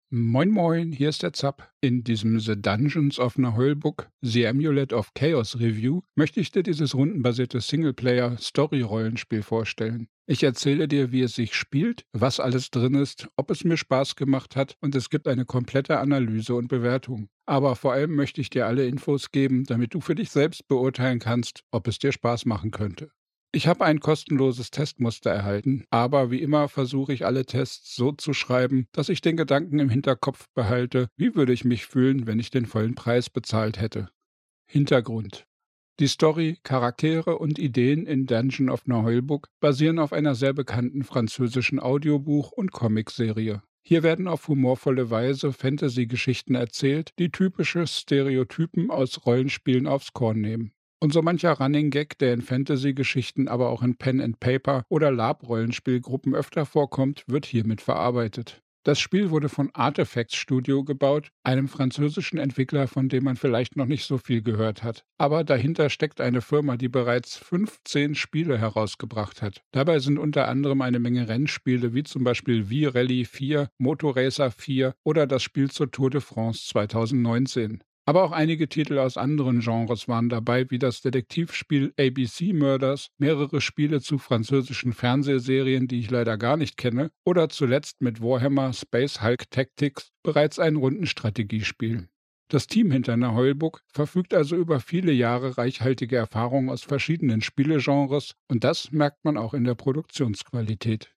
Moin Moin, hier ist der Zapp. In diesem The Dungeons of Naheulbeuk, The Amulet of Chaos Review möchte ich dir dieses rundenbasierte Singleplayer-Story-Rollenspiel vorstellen. Ich erzähle dir, wie es sich spielt, was alles drin ist, ob es mir Spaß gemacht hat und es gibt eine komplette Analyse und Bewertung. Aber vor allem möchte ich dir alle Infos geben, damit du für dich selbst beurteilen kannst, ob es dir Spaß machen könnte. Ich habe ein kostenloses Testmuster erhalten, aber wie immer versuche ich alle Tests so zu schreiben, dass ich den Gedanken im Hinterkopf behalte, wie würde ich mich fühlen, wenn ich den vollen Preis bezahlt hätte. Hintergrund. Die Story, Charaktere und Ideen in Dungeon of Naheulbeuk basieren auf einer sehr bekannten französischen Audiobuch- und Comicserie. Hier werden auf humorvolle Weise Fantasy-Geschichten erzählt, die typische Stereotypen aus Rollenspielen aufs Korn nehmen. Und so mancher Running Gag, der in Fantasy-Geschichten, aber auch in Pen and Paper oder LARP-Rollenspielgruppen öfter vorkommt, wird hiermit verarbeitet. Das Spiel wurde von Artifacts Studio gebaut, einem französischen Entwickler, von dem man vielleicht noch nicht so viel gehört hat. Aber dahinter steckt eine Firma, die bereits 15 Spiele herausgebracht hat. Dabei sind unter anderem eine Menge Rennspiele, wie zum Beispiel V-Rally 4, Motorracer 4 oder das Spiel zur Tour de France 2019. Aber auch einige Titel aus anderen Genres waren dabei, wie das Detektivspiel ABC Murders, mehrere Spiele zu französischen Fernsehserien, die ich leider gar nicht kenne, oder zuletzt mit Warhammer Space Hulk Tactics bereits ein Rundenstrategiespiel. Das Team hinter Naheulbeuk verfügt also über viele Jahre reichhaltige Erfahrung aus verschiedenen Spielegenres und das merkt man auch in der Produktionsqualität.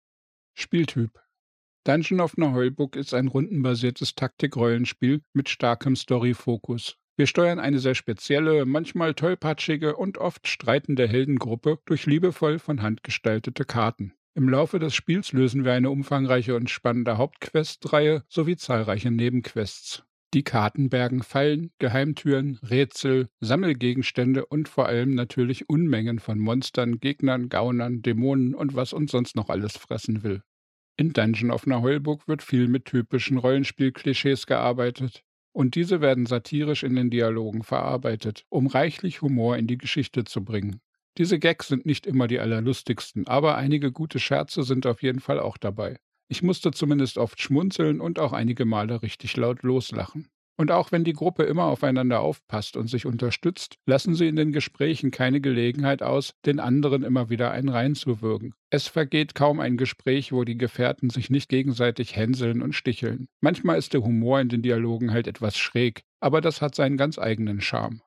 Spieltyp: Dungeon of Naheulbeuk ist ein rundenbasiertes Taktik-Rollenspiel mit starkem Story-Fokus. Wir steuern eine sehr spezielle, manchmal tollpatschige und oft streitende Heldengruppe durch liebevoll von Hand gestaltete Karten. Im Laufe des Spiels lösen wir eine umfangreiche und spannende Hauptquest-Reihe sowie zahlreiche Nebenquests. Die Karten bergen Fallen, Geheimtüren, Rätsel, Sammelgegenstände und vor allem natürlich Unmengen von Monstern, Gegnern, Gaunern, Dämonen und was uns sonst noch alles fressen will. In Dungeon of Naheulbeuk wird viel mit typischen Rollenspiel-Klischees gearbeitet. Und diese werden satirisch in den Dialogen verarbeitet, um reichlich Humor in die Geschichte zu bringen. Diese Gags sind nicht immer die allerlustigsten, aber einige gute Scherze sind auf jeden Fall auch dabei. Ich musste zumindest oft schmunzeln und auch einige Male richtig laut loslachen. Und auch wenn die Gruppe immer aufeinander aufpasst und sich unterstützt, lassen sie in den Gesprächen keine Gelegenheit aus, den anderen immer wieder einen reinzuwürgen. Es vergeht kaum ein Gespräch, wo die Gefährten sich nicht gegenseitig hänseln und sticheln. Manchmal ist der Humor in den Dialogen halt etwas schräg, aber das hat seinen ganz eigenen Charme.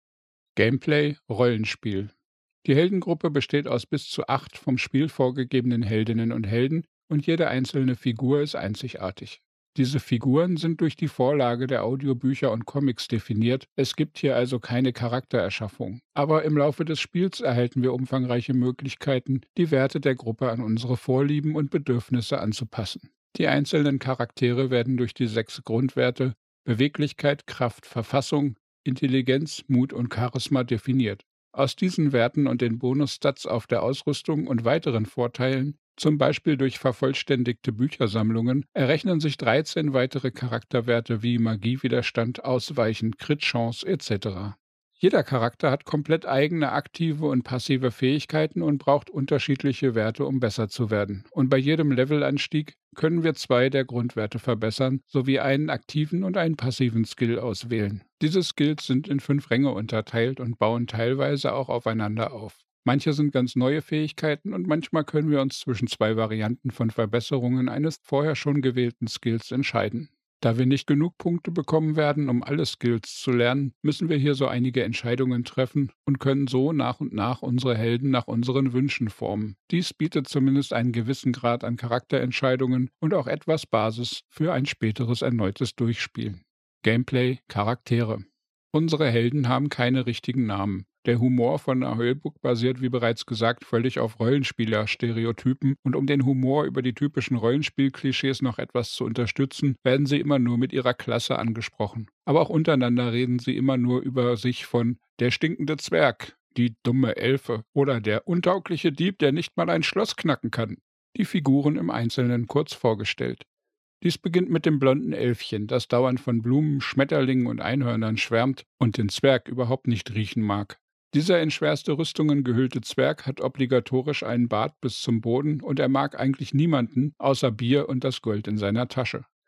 Gameplay: Rollenspiel. Die Heldengruppe besteht aus bis zu 8 vom Spiel vorgegebenen Heldinnen und Helden und jede einzelne Figur ist einzigartig. Diese Figuren sind durch die Vorlage der Audiobücher und Comics definiert, es gibt hier also keine Charaktererschaffung. Aber im Laufe des Spiels erhalten wir umfangreiche Möglichkeiten, die Werte der Gruppe an unsere Vorlieben und Bedürfnisse anzupassen. Die einzelnen Charaktere werden durch die 6 Grundwerte Beweglichkeit, Kraft, Verfassung, Intelligenz, Mut und Charisma definiert. Aus diesen Werten und den Bonusstats auf der Ausrüstung und weiteren Vorteilen, zum Beispiel durch vervollständigte Büchersammlungen, errechnen sich 13 weitere Charakterwerte wie Magiewiderstand, Ausweichen, Crit-Chance etc. Jeder Charakter hat komplett eigene aktive und passive Fähigkeiten und braucht unterschiedliche Werte, um besser zu werden. Und bei jedem Levelanstieg können wir 2 der Grundwerte verbessern, sowie einen aktiven und einen passiven Skill auswählen. Diese Skills sind in 5 Ränge unterteilt und bauen teilweise auch aufeinander auf. Manche sind ganz neue Fähigkeiten und manchmal können wir uns zwischen 2 Varianten von Verbesserungen eines vorher schon gewählten Skills entscheiden. Da wir nicht genug Punkte bekommen werden, um alle Skills zu lernen, müssen wir hier so einige Entscheidungen treffen und können so nach und nach unsere Helden nach unseren Wünschen formen. Dies bietet zumindest einen gewissen Grad an Charakterentscheidungen und auch etwas Basis für ein späteres erneutes Durchspielen. Gameplay: Charaktere. Unsere Helden haben keine richtigen Namen. Der Humor von Naheulbeuk basiert, wie bereits gesagt, völlig auf Rollenspieler-Stereotypen und um den Humor über die typischen Rollenspiel-Klischees noch etwas zu unterstützen, werden sie immer nur mit ihrer Klasse angesprochen. Aber auch untereinander reden sie immer nur über sich von „der stinkende Zwerg“, „die dumme Elfe“ oder „der untaugliche Dieb, der nicht mal ein Schloss knacken kann“. Die Figuren im Einzelnen kurz vorgestellt. Dies beginnt mit dem blonden Elfchen, das dauernd von Blumen, Schmetterlingen und Einhörnern schwärmt und den Zwerg überhaupt nicht riechen mag. Dieser in schwerste Rüstungen gehüllte Zwerg hat obligatorisch einen Bart bis zum Boden und er mag eigentlich niemanden außer Bier und das Gold in seiner Tasche.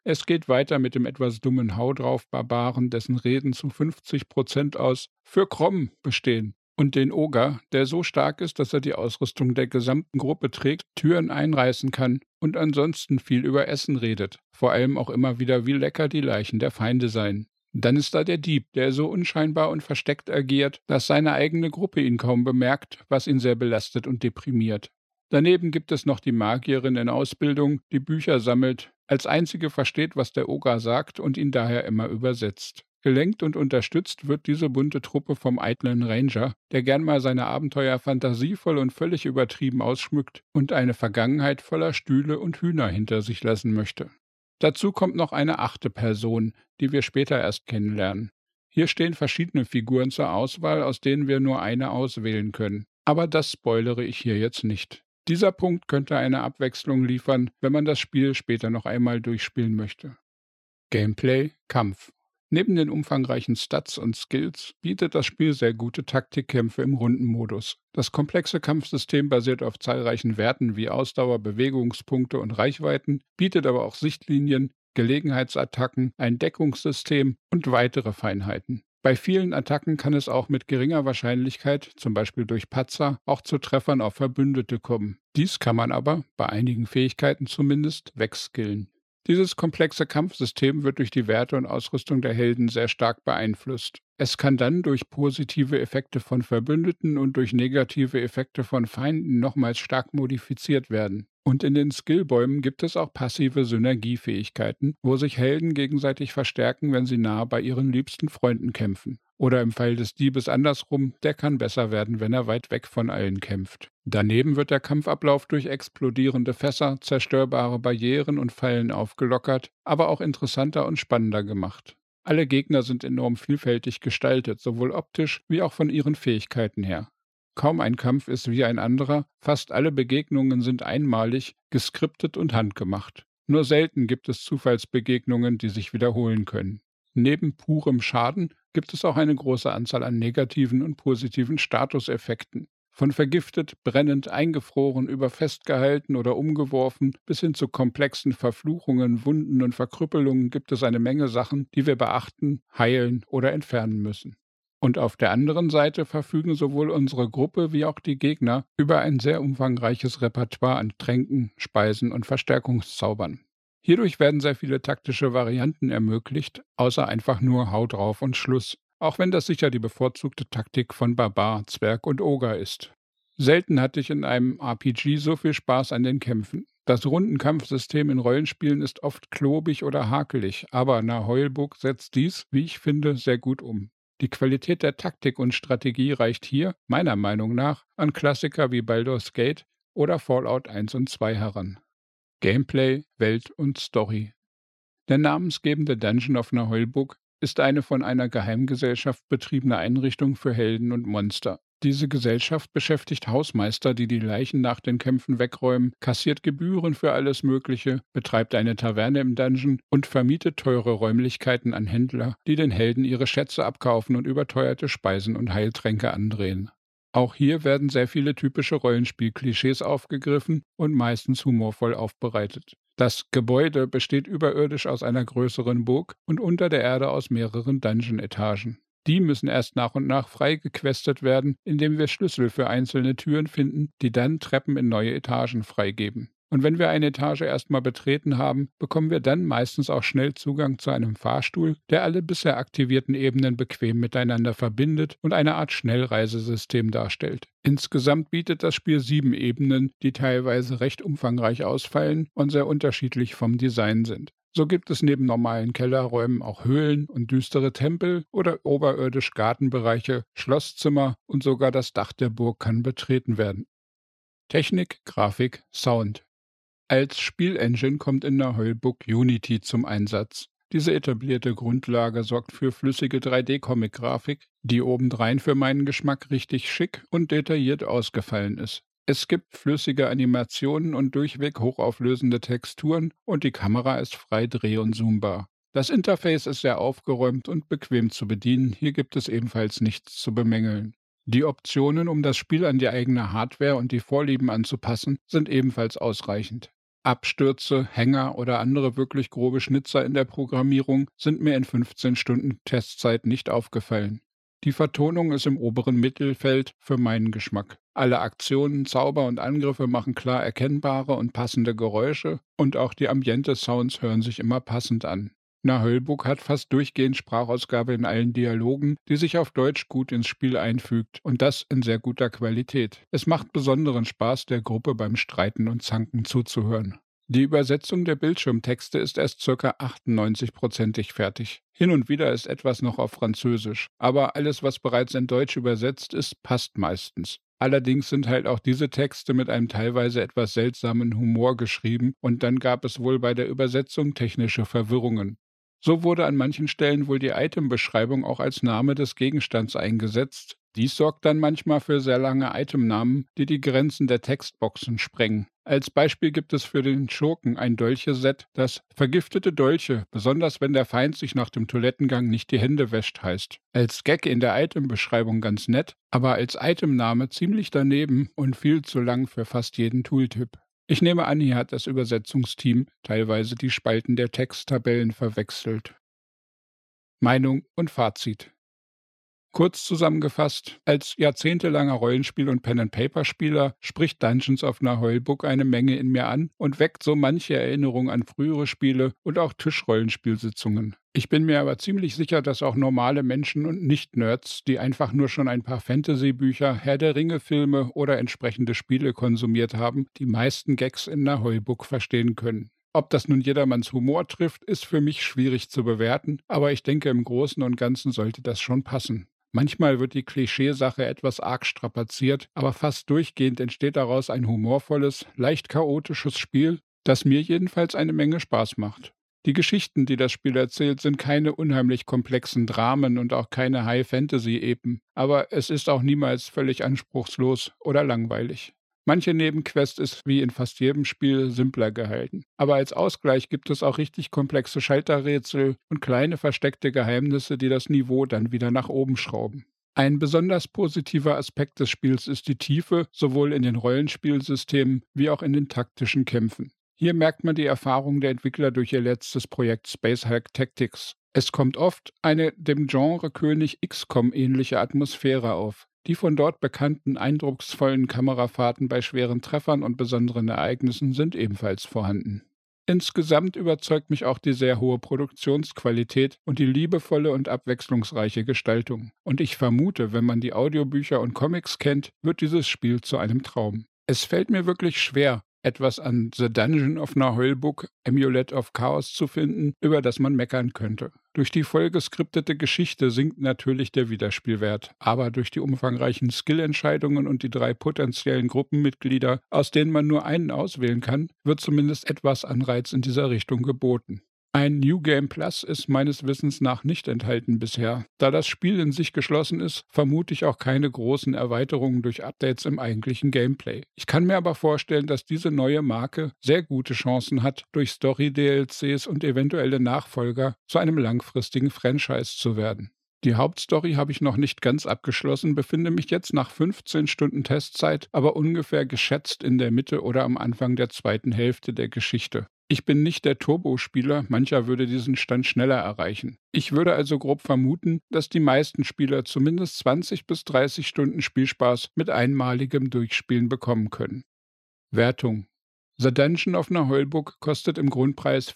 Es geht weiter mit dem etwas dummen Hau drauf Barbaren, dessen Reden zu 50% aus „für Krom" bestehen. Und den Oger, der so stark ist, dass er die Ausrüstung der gesamten Gruppe trägt, Türen einreißen kann und ansonsten viel über Essen redet. Vor allem auch immer wieder, wie lecker die Leichen der Feinde seien. Dann ist da der Dieb, der so unscheinbar und versteckt agiert, dass seine eigene Gruppe ihn kaum bemerkt, was ihn sehr belastet und deprimiert. Daneben gibt es noch die Magierin in Ausbildung, die Bücher sammelt, als einzige versteht, was der Oger sagt und ihn daher immer übersetzt. Gelenkt und unterstützt wird diese bunte Truppe vom eitlen Ranger, der gern mal seine Abenteuer fantasievoll und völlig übertrieben ausschmückt und eine Vergangenheit voller Stühle und Hühner hinter sich lassen möchte. Dazu kommt noch eine 8. Person, die wir später erst kennenlernen. Hier stehen verschiedene Figuren zur Auswahl, aus denen wir nur eine auswählen können. Aber das spoilere ich hier jetzt nicht. Dieser Punkt könnte eine Abwechslung liefern, wenn man das Spiel später noch einmal durchspielen möchte. Gameplay, Kampf. Neben den umfangreichen Stats und Skills bietet das Spiel sehr gute Taktikkämpfe im Rundenmodus. Das komplexe Kampfsystem basiert auf zahlreichen Werten wie Ausdauer, Bewegungspunkte und Reichweiten, bietet aber auch Sichtlinien, Gelegenheitsattacken, ein Deckungssystem und weitere Feinheiten. Bei vielen Attacken kann es auch mit geringer Wahrscheinlichkeit, zum Beispiel durch Patzer, auch zu Treffern auf Verbündete kommen. Dies kann man aber, bei einigen Fähigkeiten zumindest, wegskillen. Dieses komplexe Kampfsystem wird durch die Werte und Ausrüstung der Helden sehr stark beeinflusst. Es kann dann durch positive Effekte von Verbündeten und durch negative Effekte von Feinden nochmals stark modifiziert werden. Und in den Skillbäumen gibt es auch passive Synergiefähigkeiten, wo sich Helden gegenseitig verstärken, wenn sie nah bei ihren liebsten Freunden kämpfen. Oder im Fall des Diebes andersrum, der kann besser werden, wenn er weit weg von allen kämpft. Daneben wird der Kampfablauf durch explodierende Fässer, zerstörbare Barrieren und Fallen aufgelockert, aber auch interessanter und spannender gemacht. Alle Gegner sind enorm vielfältig gestaltet, sowohl optisch wie auch von ihren Fähigkeiten her. Kaum ein Kampf ist wie ein anderer, fast alle Begegnungen sind einmalig, geskriptet und handgemacht. Nur selten gibt es Zufallsbegegnungen, die sich wiederholen können. Neben purem Schaden gibt es auch eine große Anzahl an negativen und positiven Statuseffekten. Von vergiftet, brennend, eingefroren, über festgehalten oder umgeworfen bis hin zu komplexen Verfluchungen, Wunden und Verkrüppelungen gibt es eine Menge Sachen, die wir beachten, heilen oder entfernen müssen. Und auf der anderen Seite verfügen sowohl unsere Gruppe wie auch die Gegner über ein sehr umfangreiches Repertoire an Tränken, Speisen und Verstärkungszaubern. Hierdurch werden sehr viele taktische Varianten ermöglicht, außer einfach nur Hau drauf und Schluss, auch wenn das sicher die bevorzugte Taktik von Barbar, Zwerg und Oger ist. Selten hatte ich in einem RPG so viel Spaß an den Kämpfen. Das Rundenkampfsystem in Rollenspielen ist oft klobig oder hakelig, aber Heulburg setzt dies, wie ich finde, sehr gut um. Die Qualität der Taktik und Strategie reicht hier, meiner Meinung nach, an Klassiker wie Baldur's Gate oder Fallout 1 und 2 heran. Gameplay, Welt und Story. Der namensgebende Dungeon of Naheulburg ist eine von einer Geheimgesellschaft betriebene Einrichtung für Helden und Monster. Diese Gesellschaft beschäftigt Hausmeister, die die Leichen nach den Kämpfen wegräumen, kassiert Gebühren für alles Mögliche, betreibt eine Taverne im Dungeon und vermietet teure Räumlichkeiten an Händler, die den Helden ihre Schätze abkaufen und überteuerte Speisen und Heiltränke andrehen. Auch hier werden sehr viele typische Rollenspiel-Klischees aufgegriffen und meistens humorvoll aufbereitet. Das Gebäude besteht überirdisch aus einer größeren Burg und unter der Erde aus mehreren Dungeon-Etagen. Die müssen erst nach und nach freigequestet werden, indem wir Schlüssel für einzelne Türen finden, die dann Treppen in neue Etagen freigeben. Und wenn wir eine Etage erstmal betreten haben, bekommen wir dann meistens auch schnell Zugang zu einem Fahrstuhl, der alle bisher aktivierten Ebenen bequem miteinander verbindet und eine Art Schnellreisesystem darstellt. Insgesamt bietet das Spiel 7 Ebenen, die teilweise recht umfangreich ausfallen und sehr unterschiedlich vom Design sind. So gibt es neben normalen Kellerräumen auch Höhlen und düstere Tempel oder oberirdisch Gartenbereiche, Schlosszimmer und sogar das Dach der Burg kann betreten werden. Technik, Grafik, Sound. Als Spielengine kommt in der Heulburg Unity zum Einsatz. Diese etablierte Grundlage sorgt für flüssige 3D-Comic-Grafik, die obendrein für meinen Geschmack richtig schick und detailliert ausgefallen ist. Es gibt flüssige Animationen und durchweg hochauflösende Texturen und die Kamera ist frei dreh- und zoombar. Das Interface ist sehr aufgeräumt und bequem zu bedienen, hier gibt es ebenfalls nichts zu bemängeln. Die Optionen, um das Spiel an die eigene Hardware und die Vorlieben anzupassen, sind ebenfalls ausreichend. Abstürze, Hänger oder andere wirklich grobe Schnitzer in der Programmierung sind mir in 15 Stunden Testzeit nicht aufgefallen. Die Vertonung ist im oberen Mittelfeld für meinen Geschmack. Alle Aktionen, Zauber und Angriffe machen klar erkennbare und passende Geräusche und auch die Ambiente-Sounds hören sich immer passend an. Na Höllbuck hat fast durchgehend Sprachausgabe in allen Dialogen, die sich auf Deutsch gut ins Spiel einfügt und das in sehr guter Qualität. Es macht besonderen Spaß, der Gruppe beim Streiten und Zanken zuzuhören. Die Übersetzung der Bildschirmtexte ist erst ca. 98%ig fertig. Hin und wieder ist etwas noch auf Französisch, aber alles, was bereits in Deutsch übersetzt ist, passt meistens. Allerdings sind halt auch diese Texte mit einem teilweise etwas seltsamen Humor geschrieben und dann gab es wohl bei der Übersetzung technische Verwirrungen. So wurde an manchen Stellen wohl die Itembeschreibung auch als Name des Gegenstands eingesetzt. Dies sorgt dann manchmal für sehr lange Itemnamen, die die Grenzen der Textboxen sprengen. Als Beispiel gibt es für den Schurken ein Dolche-Set, das vergiftete Dolche, besonders wenn der Feind sich nach dem Toilettengang nicht die Hände wäscht, heißt. Als Gag in der Itembeschreibung ganz nett, aber als Itemname ziemlich daneben und viel zu lang für fast jeden Tooltip. Ich nehme an, hier hat das Übersetzungsteam teilweise die Spalten der Texttabellen verwechselt. Meinung und Fazit. Kurz zusammengefasst, als jahrzehntelanger Rollenspiel- und Pen-and-Paper-Spieler spricht Dungeons of Naheulbuck eine Menge in mir an und weckt so manche Erinnerung an frühere Spiele und auch Tischrollenspielsitzungen. Ich bin mir aber ziemlich sicher, dass auch normale Menschen und Nicht-Nerds, die einfach nur schon ein paar Fantasy-Bücher, Herr-der-Ringe-Filme oder entsprechende Spiele konsumiert haben, die meisten Gags in Naheulbuck verstehen können. Ob das nun jedermanns Humor trifft, ist für mich schwierig zu bewerten, aber ich denke, im Großen und Ganzen sollte das schon passen. Manchmal wird die Klischeesache etwas arg strapaziert, aber fast durchgehend entsteht daraus ein humorvolles, leicht chaotisches Spiel, das mir jedenfalls eine Menge Spaß macht. Die Geschichten, die das Spiel erzählt, sind keine unheimlich komplexen Dramen und auch keine High-Fantasy-Epen, aber es ist auch niemals völlig anspruchslos oder langweilig. Manche Nebenquest ist wie in fast jedem Spiel simpler gehalten. Aber als Ausgleich gibt es auch richtig komplexe Schalterrätsel und kleine versteckte Geheimnisse, die das Niveau dann wieder nach oben schrauben. Ein besonders positiver Aspekt des Spiels ist die Tiefe, sowohl in den Rollenspielsystemen wie auch in den taktischen Kämpfen. Hier merkt man die Erfahrung der Entwickler durch ihr letztes Projekt Space Hulk Tactics. Es kommt oft eine dem Genre-König XCOM ähnliche Atmosphäre auf. Die von dort bekannten eindrucksvollen Kamerafahrten bei schweren Treffern und besonderen Ereignissen sind ebenfalls vorhanden. Insgesamt überzeugt mich auch die sehr hohe Produktionsqualität und die liebevolle und abwechslungsreiche Gestaltung. Und ich vermute, wenn man die Audiobücher und Comics kennt, wird dieses Spiel zu einem Traum. Es fällt mir wirklich schwer, etwas an The Dungeon of Naheulbuck, Amulet of Chaos zu finden, über das man meckern könnte. Durch die voll geskriptete Geschichte sinkt natürlich der Wiederspielwert, aber durch die umfangreichen Skillentscheidungen und die 3 potenziellen Gruppenmitglieder, aus denen man nur einen auswählen kann, wird zumindest etwas Anreiz in dieser Richtung geboten. Ein New Game Plus ist meines Wissens nach nicht enthalten bisher. Da das Spiel in sich geschlossen ist, vermute ich auch keine großen Erweiterungen durch Updates im eigentlichen Gameplay. Ich kann mir aber vorstellen, dass diese neue Marke sehr gute Chancen hat, durch Story-DLCs und eventuelle Nachfolger zu einem langfristigen Franchise zu werden. Die Hauptstory habe ich noch nicht ganz abgeschlossen, befinde mich jetzt nach 15 Stunden Testzeit, aber ungefähr geschätzt in der Mitte oder am Anfang der zweiten Hälfte der Geschichte. Ich bin nicht der Turbo-Spieler, mancher würde diesen Stand schneller erreichen. Ich würde also grob vermuten, dass die meisten Spieler zumindest 20 bis 30 Stunden Spielspaß mit einmaligem Durchspielen bekommen können. Wertung: The Dungeon of Naheulbuck kostet im Grundpreis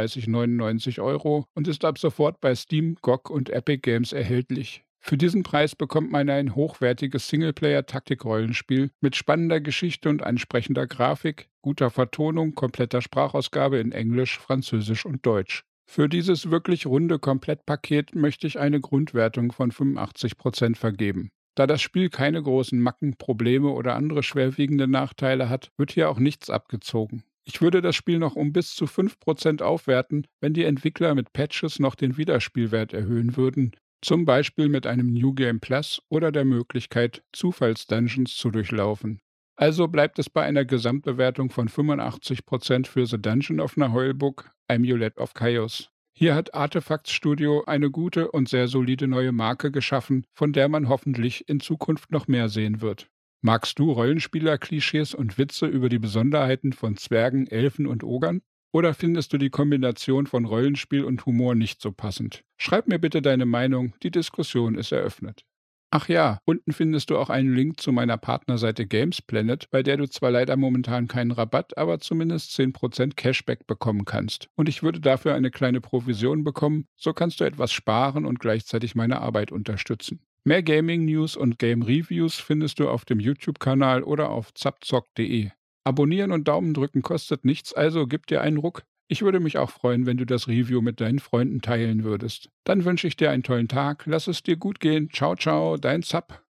34,99 € und ist ab sofort bei Steam, GOG und Epic Games erhältlich. Für diesen Preis bekommt man ein hochwertiges Singleplayer-Taktikrollenspiel mit spannender Geschichte und ansprechender Grafik, guter Vertonung, kompletter Sprachausgabe in Englisch, Französisch und Deutsch. Für dieses wirklich runde Komplettpaket möchte ich eine Grundwertung von 85% vergeben. Da das Spiel keine großen Macken, Probleme oder andere schwerwiegende Nachteile hat, wird hier auch nichts abgezogen. Ich würde das Spiel noch um bis zu 5% aufwerten, wenn die Entwickler mit Patches noch den Wiederspielwert erhöhen würden, zum Beispiel mit einem New Game Plus oder der Möglichkeit, Zufallsdungeons zu durchlaufen. Also bleibt es bei einer Gesamtbewertung von 85% für The Dungeon of Naheulbuck, Amulet of Chaos. Hier hat Artefacts Studio eine gute und sehr solide neue Marke geschaffen, von der man hoffentlich in Zukunft noch mehr sehen wird. Magst du Rollenspieler-Klischees und Witze über die Besonderheiten von Zwergen, Elfen und Ogern? Oder findest du die Kombination von Rollenspiel und Humor nicht so passend? Schreib mir bitte deine Meinung, die Diskussion ist eröffnet. Ach ja, unten findest du auch einen Link zu meiner Partnerseite Games Planet, bei der du zwar leider momentan keinen Rabatt, aber zumindest 10% Cashback bekommen kannst. Und ich würde dafür eine kleine Provision bekommen, so kannst du etwas sparen und gleichzeitig meine Arbeit unterstützen. Mehr Gaming News und Game Reviews findest du auf dem YouTube-Kanal oder auf zapzock.de. Abonnieren und Daumen drücken kostet nichts, also gib dir einen Ruck. Ich würde mich auch freuen, wenn du das Review mit deinen Freunden teilen würdest. Dann wünsche ich dir einen tollen Tag, lass es dir gut gehen. Ciao, ciao, dein Zap.